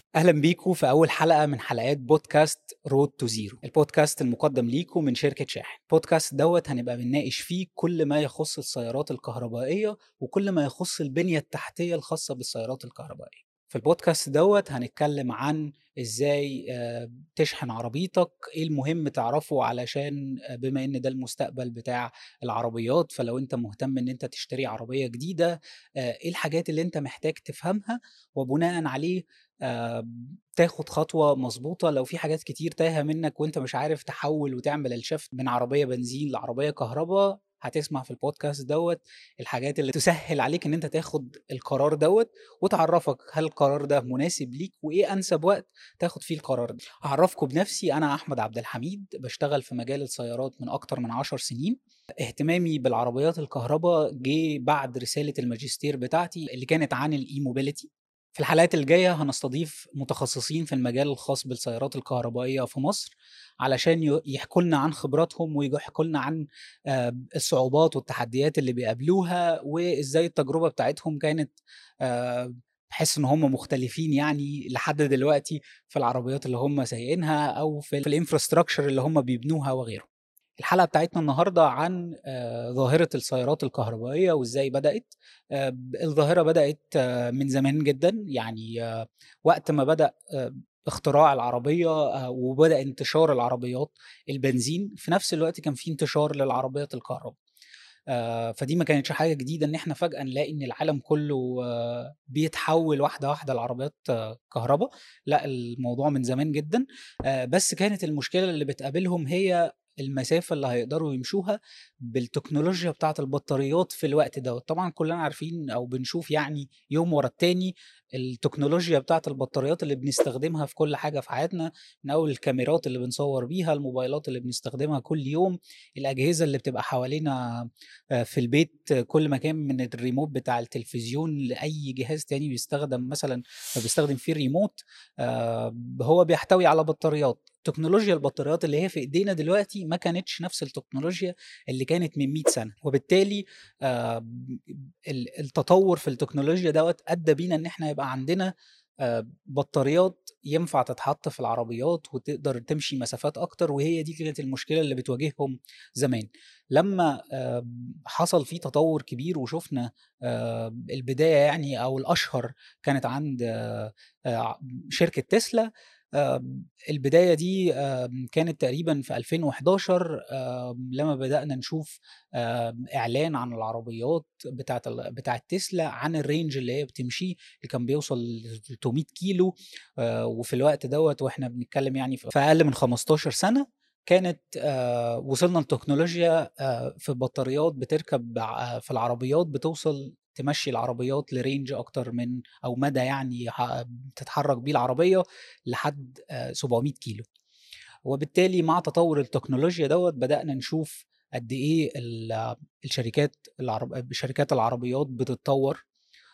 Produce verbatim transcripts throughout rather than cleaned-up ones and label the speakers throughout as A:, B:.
A: أهلا بيكم في أول حلقة من حلقات بودكاست رود تو زيرو، البودكاست المقدم ليكم من شركة شاحن. البودكاست دوت هنبقى بنناقش فيه كل ما يخص السيارات الكهربائية وكل ما يخص البنية التحتية الخاصة بالسيارات الكهربائية. في البودكاست دوت هنتكلم عن إزاي آه، تشحن عربيتك، إيه المهم تعرفه علشان آه، بما إن ده المستقبل بتاع العربيات. فلو أنت مهتم إن أنت تشتري عربية جديدة، آه، إيه الحاجات اللي أنت محتاج تفهمها وبناء عليه آآ تاخد خطوة مضبوطة لو في حاجات كتير تايهة منّك وأنت مش عارف تحوّل وتعمل الshift من عربية بنزين لعربية كهربا. هتسمع في الpodcast دوّة الحاجات اللي تسهّل عليك إن أنت تاخد القرار دوّة، وتعرّفك هل القرار ده مناسب ليك وإيه أنسب وقت تاخد فيه القرار ده. هاعرّفكم بنفسي، أنا أحمد عبد الحميد، باشتغل في مجال السيارات من أكتر من عشر سنين. اهتمامي بالعربيات الكهربا جِه بعد رسالة الماجستير بتاعتي اللي كانت عن الe-mobility. في الحلقات الجاية هنستضيف متخصصين في المجال الخاص بالسيارات الكهربائية في مصر علشان ي- يحكوا لنا عن خبراتهم ويحكوا لنا عن آه، الصعوبات والتحديات اللي بيقابلوها وازاي التجربة بتاعتهم كانت، آه، بحس ان هم مختلفين يعني لحد دلوقتي في العربيات اللي هم سايقينها او في الانفراستراكشر اللي هم بيبنوها وغيره. الحلقة بتاعتنا النهاردة عن آآ ظاهرة السيارات الكهربائية وإزاي بدأت. آآ ب الظاهرة بدأت آه، من زمان جدًا، يعني آه، وقت ما بدأ آآ اختراع العربية آآ وبدأ انتشار العربيات البنزين، في نفس الوقت كان في انتشار للعربيات الكهربا. آآ فدي ما كانتش حاجة جديدة إن إحنا فجأة نلاقي إن العالم كله آه، بيتحوّل واحدة، واحدة لعربيات كهربا. لأ، الموضوع من زمان جدًا. آآ بس كانت المشكلة اللي بتقابلهم هي المسافة اللي هيقدروا يمشوها بالتكنولوجيا بتاعة البطاريات في الوقت دوّة. طبعًا كلنا عارفين أو بنشوف يعني يوم ورا التاني التكنولوجيا بتاعة البطاريات اللي بنستخدمها في كل حاجة في حياتنا، من أول الكاميرات اللي بنصوّر بيها، الموبايلات اللي بنستخدمها كل يوم، الأجهزة اللي بتبقى حوالينا آآ في البيت، كل مكان من الريموت بتاع التلفزيون لأي جهاز تاني بيستخدم مثلًا بيستخدم فيه الريموت، آآ هو بيحتوي على بطاريات. تكنولوجيا البطاريات اللي هي في إيدينا دلوقتي ما كانتش نفس التكنولوجيا اللي كانت من مئة سنة، وبالتالي آآ ال التطور في التكنولوجيا دوّة أدّى بينا إن إحنا يبقى عندنا آآ بطاريات ينفع تتحط في العربيات وتقدر تمشي مسافات أكتر، وهي دي كانت المشكلة اللي بتواجههم زمان. لمّا آآ حصل في تطوّر كبير وشُفنا آآ البداية يعني أو الأشهر كانت عند آآ شركة تسلا. آمم البداية دي آمم كانت تقريبًا في ألفين وحداشر، آمم لمّا بدأنا نشوف آمم إعلان عن العربيات بتاعة ال بتاعة تسلا عن الrange اللي هي بتمشيه، اللي كان بيوصل لتلتمية كيلو. آآ وفي الوقت دوّة وإحنا بنتكلم يعني في في أقل من خمستاشر سنة، كانت آآ وصلنا لتكنولوجيا آآ في بطاريات بتركب ع في العربيات بتوصل تمشّي العربيات لrange أكتر من أو مدى يعني ح تتحرّك بيه العربية لحد آآ سبعمية كيلو. وبالتالي مع تطوّر التكنولوجيا دوّة بدأنا نشوف قد إيه ال الشركات العرب شركات العربيات بتتطوّر.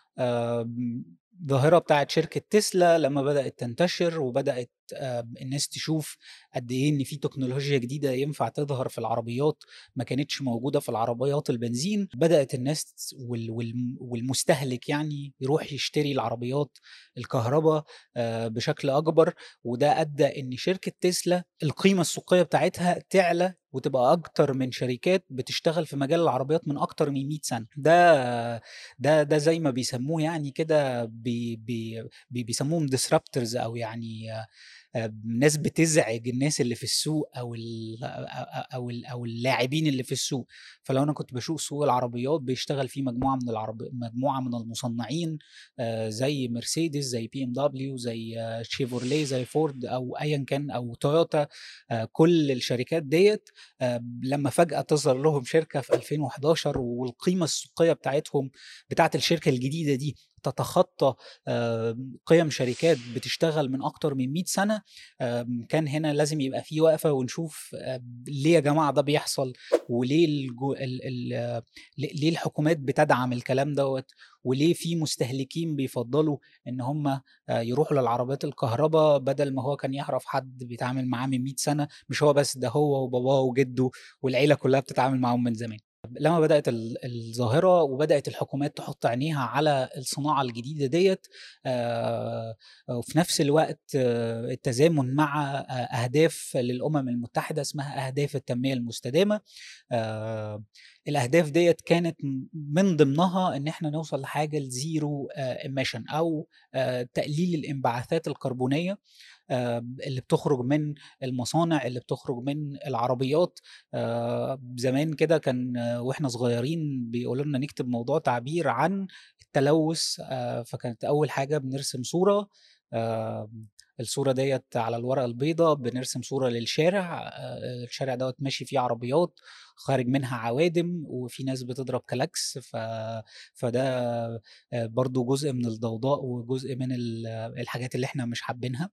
A: آمم، الظاهرة بتاعة شركة تسلا لمّا بدأت تنتشر وبدأت آآ الناس تشوف قد إيه إن في تكنولوجيا جديدة ينفع تظهر في العربيات ما كانتش موجودة في العربيات البنزين، بدأت الناس وال والم والمستهلك يعني يروح يشتري العربيات الكهربا آآ بشكل أكبر. وده أدّى إن شركة تسلا القيمة السوقية بتاعتها تعلى وتبقى أكتر من شركات بتشتغل في مجال العربيات من أكتر من مئة سنة. ده ده ده زي ما بيسموه يعني كده بي بي بي بيسموهم disruptors أو يعني آآ ناس بتزعج الناس اللي في السوق أو ال أ أ أو ال أو اللاعبين اللي في السوق. فلو أنا كنت باشوف سوق العربيات بيشتغل فيه مجموعة من العرب مجموعة من المصنعين، آآ زي مرسيدس، زي بي إم دبليو، زي شيفروليه، زي فورد أو أيًا كان أو تويوتا. آآ كل الشركات ديّة آآ لمّا فجأة تظهر لهم شركة في ألفين وحداشر والقيمة السوقية بتاعتهم بتاعة الشركة الجديدة دي تتخطى آآ قِيَم شركات بتشتغل من أكتر من مئة سنة. آمم كان هنا لازم يبقى في وقفة ونشوف آآ ليه يا جماعة ده بيحصل، وليه الجو ال ال آه، ل ليه الحكومات بتدعم الكلام دوّة، وليه في مستهلكين بيفضّلوا إن هم آآ يروحوا للعربيات الكهربا بدل ما هو كان يعرف حد بيتعامل معاه من مئة سنة. مش هو بس، ده هو وباباه وجده والعيلة كلّها بتتعامل معاهم من زمان. لمّا بدأت ال الظاهرة وبدأت الحكومات تحُط عينيها على الصناعة الجديدة ديّة، آآ وفي نفس الوقت آه، التزامن مع أ أهداف للأمم المتحدة اسمها أهداف التنمية المستدامة. آآ الأهداف ديّة كانت م من ضمنها إن إحنا نوصل لحاجة لzero آآ emission أو آآ تقليل الانبعاثات الكربونية آآ اللي بتخرج من المصانع، اللي بتخرج من العربيات. آآ زمان كده كان آه، وإحنا صغيرين بيقولوا لنا نكتب موضوع تعبير عن التلوث. آآ فكانت أول حاجة بنرسم صورة، آمم الصورة ديّة على الورقة البيضا، بنرسم صورة للشارع، آآ الشارع دوّة ماشي فيه عربيات، خارج منها عوادم، وفي ناس بتضرب كلاكس. ف فده آآ برضه جزء من الضوضاء وجزء من ال الحاجات اللي إحنا مش حابينها.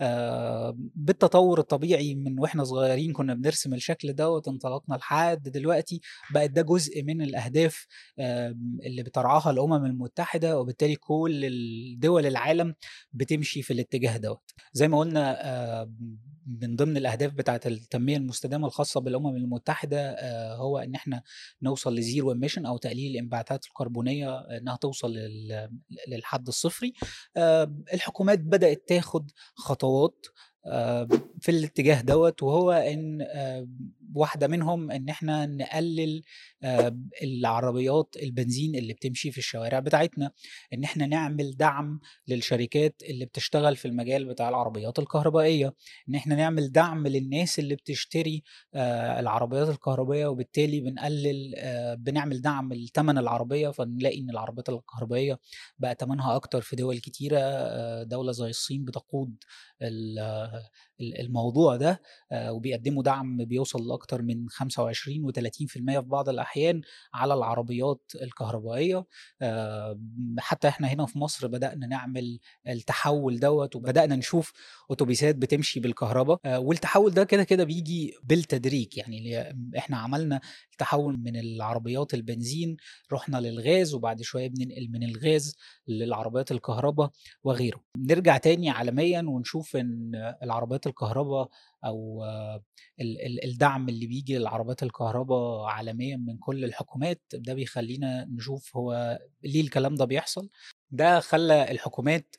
A: آآ بالتطوّر الطبيعي من وإحنا صغيرين كُنّا بنرسم الشكل دوّة، انطلقنا لحد دلوقتي بقت ده جزء من الأهداف آمم اللي بترعاها الأمم المتحدة، وبالتالي كل ال دول العالم بتمشي في الاتجاه دوّة. زي ما قُلنا آآ من ضمن الأهداف بتاعة التنمية المستدامة الخاصة بالأمم المتحدة آآ هو إن إحنا نوصل لzero emission أو تقليل الانبعاثات الكربونية إنها توصل لل للحد الصفري. آآ الحكومات بدأت تاخد خطوات آآ في الاتجاه دوّة، وهو إن آآ واحدة منهم إن إحنا نقلل آآ العربيات البنزين اللي بتمشي في الشوارع بتاعتنا، إن إحنا نعمل دعم للشركات اللي بتشتغل في المجال بتاع العربيات الكهربائية، إن إحنا نعمل دعم للناس اللي بتشتري آآ العربيات الكهربائية، وبالتالي بنقلل آآ بنعمل دعم لتمن العربية، فنلاقي إن العربيات الكهربائية بقى تمنها أكتر في دول كتيرة. آآ دولة زي الصين بتقود ال ال الموضوع ده، آآ وبيقدّموا دعم بيوصل لأكتر من خمسة وعشرين و30% في المية في بعض الأحيان على العربيات الكهربائية. آآ حتى إحنا هنا في مصر بدأنا نعمل التحوّل دوّة، وبدأنا نشوف أوتوبيسات بتمشي بالكهربا. آآ والتحوّل ده كده، كده بييجي بالتدريج، يعني ل إحنا عملنا التحوّل من العربيات البنزين، رُحنا للغاز، وبعد شوية بننقل من الغاز للعربيات الكهربا وغيره. نرجع تاني عالميًا ونشوف إن العربيات الكهربا أو آه، ال ال الدعم اللي بييجي للعربيات الكهربا عالميًا من كل الحكومات، ده بيخلّينا نشوف هو ليه الكلام ده بيحصل. ده خلّى الحكومات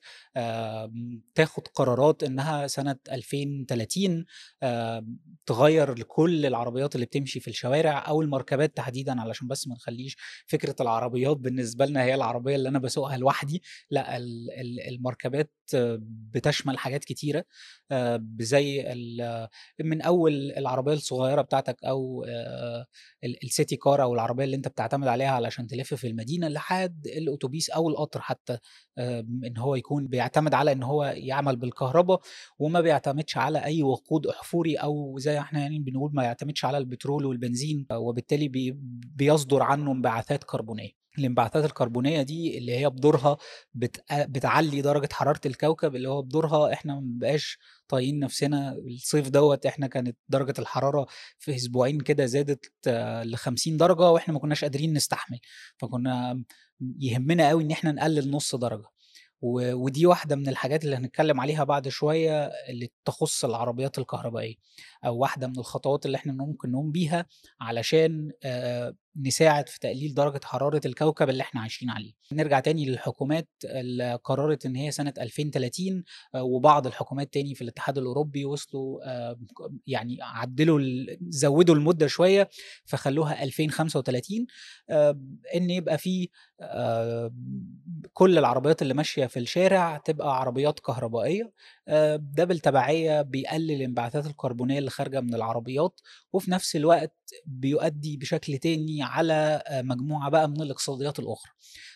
A: آمم تاخد قرارات إنها سنة ألفين وتلاتين آمم تغيّر لكل العربيات اللي بتمشي في الشوارع أو المركبات تحديدًا، علشان بس ما نخلّيش فكرة العربيات بالنسبة لنا هي العربية اللي أنا باسوقها لوحدي. لأ، ال ال المركبات بتشمل حاجات كتيرة، آآ زي ال من أول العربية الصغيرة بتاعتك أو آآ ال الcity car أو العربية اللي أنت بتعتمد عليها علشان تلِف في المدينة، لحد الأوتوبيس أو القطر حتى، آمم إن هو يكون بيعتمد على إن هو يعمل بالكهربا، وما بيعتمدش على أي وقود أحفوري، أو زي إحنا يعني بنقول ما يعتمدش على البترول والبنزين، وبالتالي بي بيصدُر عنّه انبعاثات كربونية. الانبعاثات الكربونية دي اللي هي بدورها بت بتعلّي درجة حرارة الكوكب، اللي هو بدورها إحنا ما بنبقاش طايقين نفسنا. الصيف دوّة إحنا كانت درجة الحرارة في أسبوعين كده زادت لخمسين درجة، وإحنا ما كناش قادرين نستحمل، فكنا م يهمنا أوي إن إحنا نقلل نُص درجة. و ودي واحدة من الحاجات اللي هنتكلم عليها بعد شوية اللي تخُص العربيات الكهربائية، أو واحدة من الخطوات اللي إحنا ممكن نقوم بيها علشان آآ نساعد في تقليل درجة حرارة الكوكب اللي إحنا عايشين عليه. نرجع تاني للحكومات اللي قررت إن هي سنة ألفين وتلاتين، آآ وبعض الحكومات تاني في الاتحاد الأوروبي وصلوا آآ ك يعني عدّلوا ال زوّدوا المدة شوية فخلّوها ألفين وخمسة وتلاتين، آآ إن يبقى في آآ كل العربيات اللي ماشية في الشارع تبقى عربيات كهربائية. آآ ده بالتبعية بيقلل الانبعاثات الكربونية اللي خارجة من العربيات، وفي نفس الوقت بيؤدي بشكل تاني على آآ مجموعة بقى من الاقتصاديات الأخرى.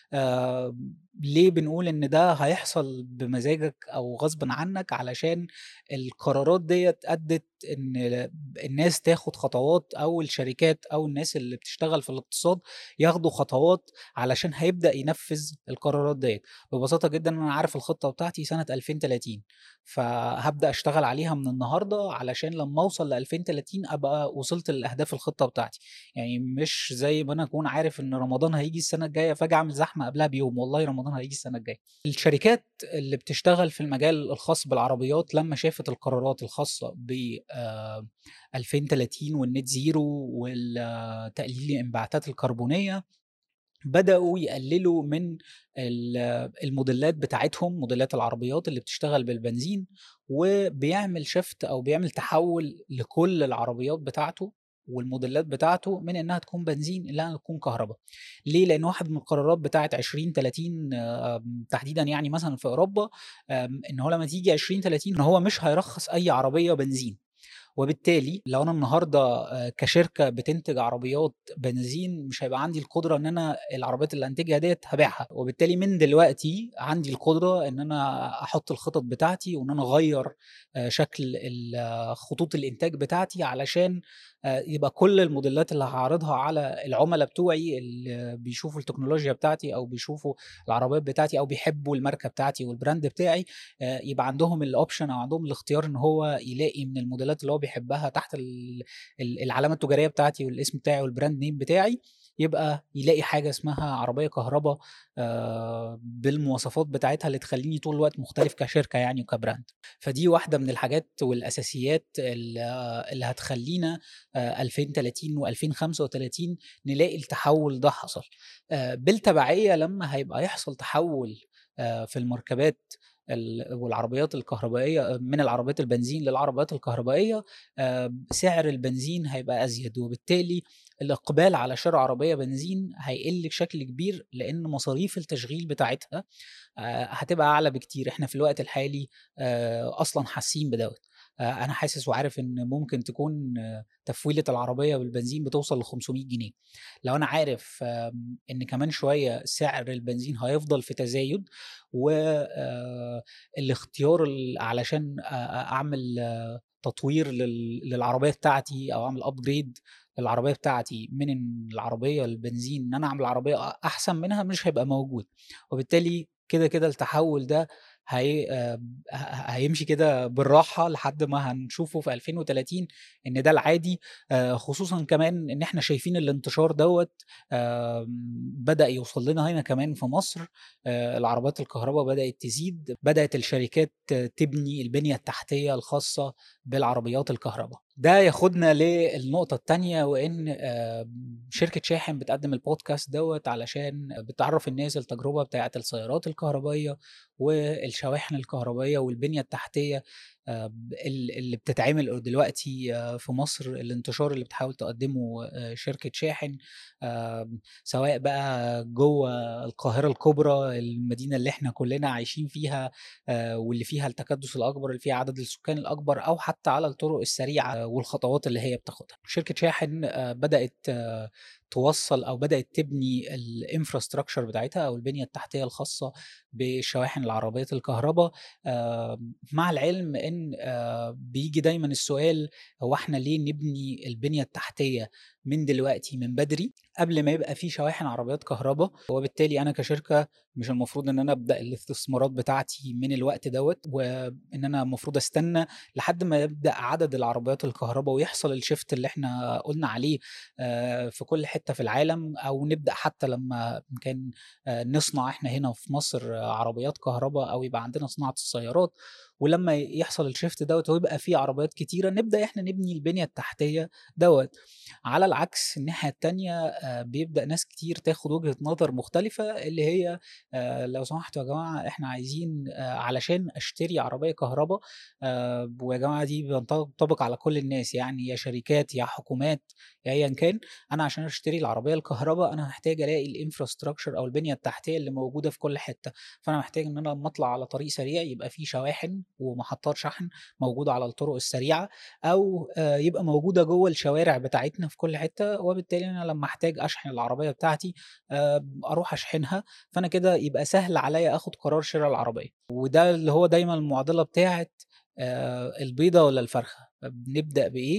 A: آآ ليه بنقول إن ده هيحصل بمزاجك أو غصبٍ عنك؟ علشان القرارات ديّة أدِّت إن الناس تاخد خطوات، أو الشركات أو الناس اللي بتشتغل في الاقتصاد ياخدوا خطوات علشان هيبدأ ينفّذ القرارات ديّة. ببساطة جدًا أنا عارف الخطة بتاعتي سنة ألفين وتلاتين، فهابدأ أشتغل عليها من النهارده علشان لمّا أوصل لألفين وتلاتين أبقى وصلت لأهداف الخطة بتاعتي. يعني مش زي ما أنا أكون عارف إن رمضان هييجي السنة الجاية فآجي أعمل زحمة قبلها بيوم، والله رمضان هييجي السنة الجاية. الشركات اللي بتشتغل في المجال الخاص بالعربيات لمّا شافت القرارات الخاصة ب آآ ألفين وتلاتين والNet Zero وال تقليل الانبعاثات الكربونية، بدأوا يقللوا من ال الموديلات بتاعتهم، موديلات العربيات اللي بتشتغل بالبنزين، وبيعمل shift أو بيعمل تحوّل لكل العربيات بتاعته والموديلات بتاعته من إنها تكون بنزين إلى إنها تكون كهربا. ليه؟ لأن واحد من القرارات بتاعة ألفين وتلاتين آمم، تحديدًا يعني مثلًا في أوروبا، آمم، إن هو لمّا تيجي ألفين وتلاتين إن هو مش هيرخّص أي عربية بنزين. وبالتالي لو أنا النهارده آآ كشركة بتنتج عربيات بنزين، مش هيبقى عندي القدرة إن أنا العربيات اللي هانتجها ديّة هابيعها، وبالتالي من دلوقتي عندي القدرة إن أنا أحط الخطط بتاعتي وإن أنا أغيّر آآ شكل ال آه، خطوط الإنتاج بتاعتي علشان آآ يبقى كل الموديلات اللي هاعرضها على العُملا بتوعي اللي بيشوفوا التكنولوجيا بتاعتي أو بيشوفوا العربيات بتاعتي أو بيحبوا الماركة بتاعتي والbrand بتاعي، آآ يبقى عندهم الoption أو عندهم الاختيار إن هو يلاقي من الموديلات اللي هو بيحبها تحت ال ال العلامة التجارية بتاعتي والاسم بتاعي والbrand name بتاعي، يبقى يلاقي حاجة اسمها عربية كهربا آآ بالمواصفات بتاعتها اللي تخلّيني طول الوقت مختلف كشركة يعني وكbrand. فدي واحدة من الحاجات والأساسيات ال اللي هتخلّينا آآ ألفين وتلاتين وألفين وخمسة وتلاتين نلاقي التحوّل ده حصل. آآ بالتبعية لمّا هيبقى يحصل تحوّل آآ في المركبات ال والعربيات الكهربائية من العربيات البنزين للعربيات الكهربائية، آآ سعر البنزين هيبقى أزيد، وبالتالي الإقبال على شراء عربية بنزين هيقل بشكل كبير، لإن مصاريف التشغيل بتاعتها آآ هتبقى أعلى بكتير. إحنا في الوقت الحالي آآ أصلًا حاسين بدوّة. آآ أنا حاسس وعارف إن ممكن تكون آه، تفويلة العربية بالبنزين بتوصل لخمسمية جنيه. لو أنا عارف آمم إن كمان شوية سعر البنزين هيفضل في تزايد، و آآ الاختيار ال علشان أ أ أعمل آه، تطوير لل للعربية بتاعتي أو أعمل upgrade للعربية بتاعتي من العربية البنزين إن أنا أعمل عربية أ أحسن منها مش هيبقى موجود. وبالتالي كده، كده التحوّل ده هي آآ ه ه هيمشي كده بالراحة لحد ما هنشوفه في ألفين وتلاتين إن ده العادي. آآ خصوصًا كمان إن إحنا شايفين الانتشار دوّة آمم بدأ يوصل لنا هنا كمان في مصر. آآ العربيات الكهربا بدأت تزيد، بدأت الشركات تبني البنية التحتية الخاصة بالعربيات الكهربا. ده ياخدنا للنقطة التانية، وإن آمم شركة شاحن بتقدّم الpodcast دوّة علشان بتعرّف الناس التجربة بتاعة السيارات الكهربائية والشواحن الكهربائية والبنية التحتية آآ ال اللي بتتعمل دلوقتي آه، في مصر، الانتشار اللي بتحاول تقدّمه آآ شركة شاحن، آمم سواء بقى جوّه القاهرة الكبرى، المدينة اللي إحنا كلّنا عايشين فيها آآ واللي فيها التكدُّس الأكبر، اللي فيها عدد السكان الأكبر، أو حتى على الطرق السريعة والخطوات اللي هي بتاخدها. شركة شاحن آآ بدأت آه، توصّل أو بدأت تبني الinfrastructure بتاعتها أو البنية التحتية الخاصة بشواحن العربيات الكهربا. آمم مع العلم إن آآ بييجي دايمًا السؤال، هو إحنا ليه نبني البنية التحتية من دلوقتي من بدري قبل ما يبقى في شواحن عربيات كهربا؟ وبالتالي أنا كشركة مش المفروض إن أنا أبدأ الاستثمارات بتاعتي من الوقت دوّة، وإن أنا المفروض أستنى لحد ما يبدأ عدد العربيات الكهربا ويحصل الshift اللي إحنا قُلنا عليه آآ في كل حتة في العالم، أو نبدأ حتى لمّا كان آآ نصنع إحنا هنا في مصر آه، عربيات كهربا، أو يبقى عندنا صناعة السيارات، ولمّا يحصل الshift دوّة ويبقى في عربيات كتيرة، نبدأ إحنا نبني البنية التحتية دوّة. على العكس الناحية التانية آآ بيبدأ ناس كتير تاخد وجهة نظر مختلفة، اللي هي آآ لو سمحتوا يا جماعة إحنا عايزين آآ علشان أشتري عربية كهربا، آآ ويا جماعة دي بتنطبق على كل الناس، يعني يا شركات يا حكومات يا أيًا كان، أنا عشان أشتري العربية الكهربا أنا محتاج ألاقي الinfrastructure أو البنية التحتية اللي موجودة في كل حتة. فأنا محتاج إن أنا لمّا أطلع على طريق سريع يبقى في شواحن ومحطات شحن موجودة على الطرق السريعة، أو آآ يبقى موجودة جوّه الشوارع بتاعتنا في كل حتة، وبالتالي أنا لمّا أحتاج أشحن العربية بتاعتي آآ أروح أشحنها. فأنا كده يبقى سهل عليّا آخُد قرار شِرا العربية. وده اللي هو دايمًا المعضلة بتاعة آآ البيضة والّا الفرخة، بنبدأ بإيه؟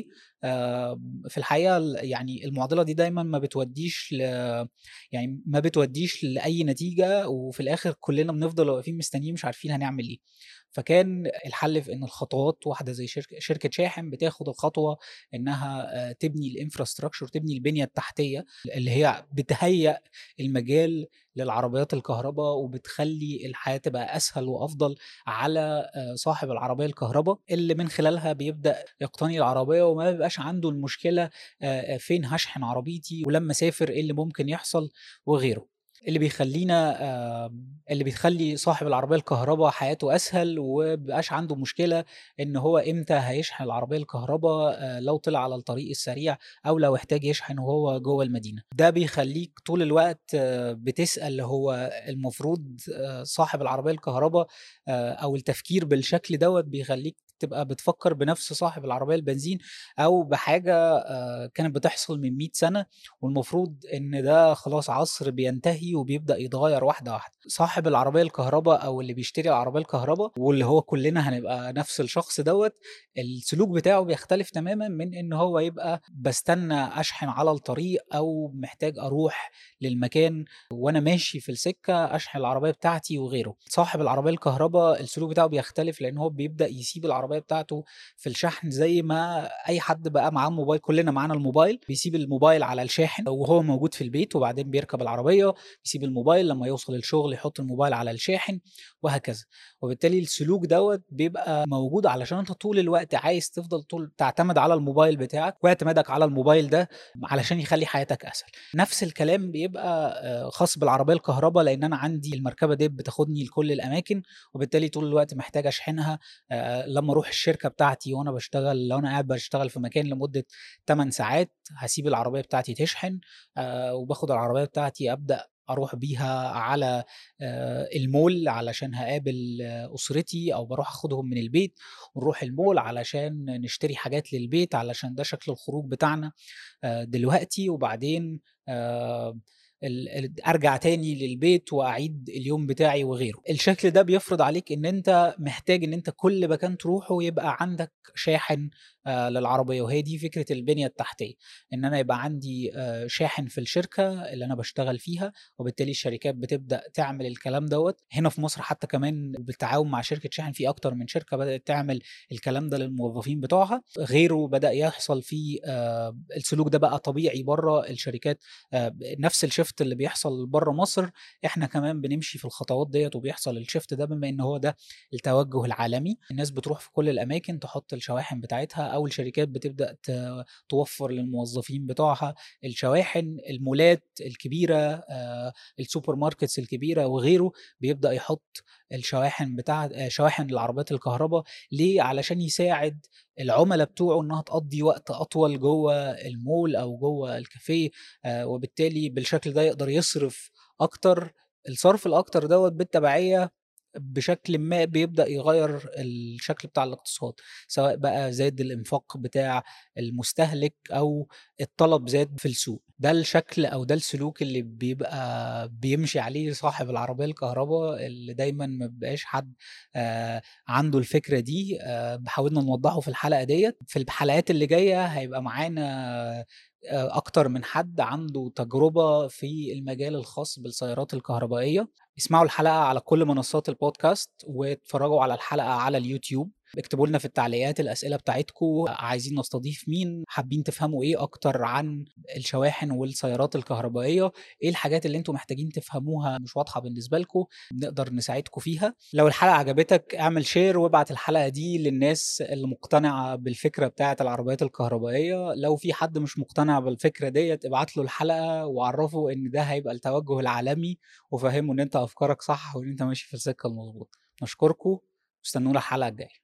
A: آآ في الحقيقة ال يعني المعضلة دي دايمًا ما بتودّيش ل يعني ما بتودّيش لأي نتيجة، وفي الآخر كُلّنا بنفضل واقفين مستنيين مش عارفين هنعمل إيه. فكان الحل في إن الخطوات واحدة زي شركة شركة شاحن بتاخد الخطوة إنها آآ تبني الinfrastructure، تبني البنية التحتية اللي هي بتهيأ المجال للعربيات الكهربا، وبتخلّي الحياة تبقى أسهل وأفضل على آآ صاحب العربية الكهربا، اللي من خلالها بيبدأ يقتني العربية وما بيبقاش عنده المشكلة آآ فين هاشحن عربيتي، ولمّا أسافر إيه اللي ممكن يحصل وغيره. اللي بيخلّينا آمم اللي بيخلّي صاحب العربية الكهربا حياته أسهل، وما بيبقاش عنده مشكلة إن هو إمتى هيشحن العربية الكهربا آآ لو طلع على الطريق السريع، أو لو احتاج يشحن وهو جوّه المدينة. ده بيخلّيك طول الوقت آه، بتسأل هو المفروض آآ صاحب العربية الكهربا آآ أو التفكير بالشكل دوّة بيخلّيك تبقى بتفكّر بنفس صاحب العربية البنزين، أو بحاجة آآ كانت بتحصل من مئة سنة، والمفروض إن ده خلاص عصر بينتهي وبيبدأ يتغيّر واحدة، واحدة. صاحب العربية الكهربا أو اللي بيشتري العربية الكهربا، واللي هو كُلّنا هنبقى نفس الشخص دوّة، السلوك بتاعه بيختلف تمامًا من إن هو يبقى باستنى أشحن على الطريق، أو محتاج أروح للمكان وأنا ماشي في السكة أشحن العربية بتاعتي وغيره. صاحب العربية الكهربا السلوك بتاعه بيختلف، لإن هو بيبدأ يسيب العربية بتاعته في الشحن زي ما أي حد بقى معاه موبايل، كُلّنا معانا الموبايل، بيسيب الموبايل على الشاحن وهو موجود في البيت، وبعدين بيركب العربية، يسيب الموبايل لمّا يوصل الشغل يحط الموبايل على الشاحن وهكذا. وبالتالي السلوك دوّة بيبقى موجود علشان أنت طول الوقت عايز تفضل طول تعتمد على الموبايل بتاعك، واعتمادك على الموبايل ده علشان يخلّي حياتك أسهل. نفس الكلام بيبقى آآ خاص بالعربية الكهربا، لإن أنا عندي المركبة ديّة بتاخدني لكل الأماكن، وبالتالي طول الوقت محتاج أشحنها آآ لمّا أروح الشركة بتاعتي وأنا باشتغل، لو أنا قاعد باشتغل في مكان لمدة ثماني ساعات، هاسيب العربية بتاعتي تشحن آآ وباخد العربية بتاعتي أبدأ أروح بيها على آآ المول علشان هاقابل آه، أسرتي، أو باروح آخدهم من البيت ونروح المول علشان نشتري حاجات للبيت، علشان ده شكل الخروج بتاعنا آآ دلوقتي. وبعدين آآ ال ال أرجع تاني للبيت وأعيد اليوم بتاعي وغيره. الشكل ده بيفرض عليك إن أنت محتاج إن أنت كل مكان تروحه يبقى عندك شاحن آآ للعربية، وهي دي فكرة البنية التحتية، إن أنا يبقى عندي آآ شاحن في الشركة اللي أنا باشتغل فيها، وبالتالي الشركات بتبدأ تعمل الكلام دوّة. هنا في مصر حتى كمان بالتعاون مع شركة شاحن، في أكتر من شركة بدأت تعمل الكلام ده للموظفين بتوعها. غيره بدأ يحصل فيه آآ السلوك ده بقى طبيعي برّه الشركات. آآ ب نفس الshift اللي بيحصل برّه مصر، إحنا كمان بنمشي في الخطوات ديّة وبيحصل الshift ده، بما إن هو ده التوجه العالمي. الناس بتروح في كل الأماكن تحط الشواحن بتاعتها، أو الشركات بتبدأ ت توفّر للموظفين بتوعها الشواحن. المولات الكبيرة آآ السوبر ماركتس الكبيرة وغيره بيبدأ يحط الشواحن بتاع آآ شواحن للعربيات الكهربا. ليه؟ علشان يساعد العُملا بتوعه إنها تقضّي وقت أطول جوّه المول أو جوّه الكافيه، آآ وبالتالي بالشكل ده يقدر يصرف أكتر. الصرف الأكتر دوّة بالتبعية بشكلٍ ما بيبدأ يغيّر الشكل بتاع الاقتصاد، سواء بقى زاد الإنفاق بتاع المستهلك، أو الطلب زاد في السوق. ده الشكل أو ده السلوك اللي بيبقى بيمشي عليه صاحب العربية الكهربا، اللي دايمًا ما بيبقاش حد آآ عنده الفكرة دي. آآ حاولنا نوضّحه في الحلقة ديّة. في الحلقات اللي جاية هيبقى معانا آآ أكتر من حد عنده تجربة في المجال الخاص بالسيارات الكهربائية. اسمعوا الحلقة على كل منصات البودكاست، واتفرّجوا على الحلقة على اليوتيوب. اكتبوا لنا في التعليقات الأسئلة بتاعتكم، عايزين نستضيف مين، حابين تفهموا إيه أكتر عن الشواحن والسيارات الكهربائية، إيه الحاجات اللي أنتم محتاجين تفهموها مش واضحة بالنسبة لكم، نقدر نساعدكم فيها. لو الحلقة عجبتك اعمل شير وابعت الحلقة دي للناس اللي مقتنعة بالفكرة بتاعة العربيات الكهربائية. لو في حد مش مقتنع بالفكرة ديّة ابعت له الحلقة وعرّفه إن ده هيبقى التوجه العالمي، وفهّمه إن أنت أفكارك صح وإن أنت ماشي في السكة المضبوطة. نشكركم واستنونا الحلقة الجاية.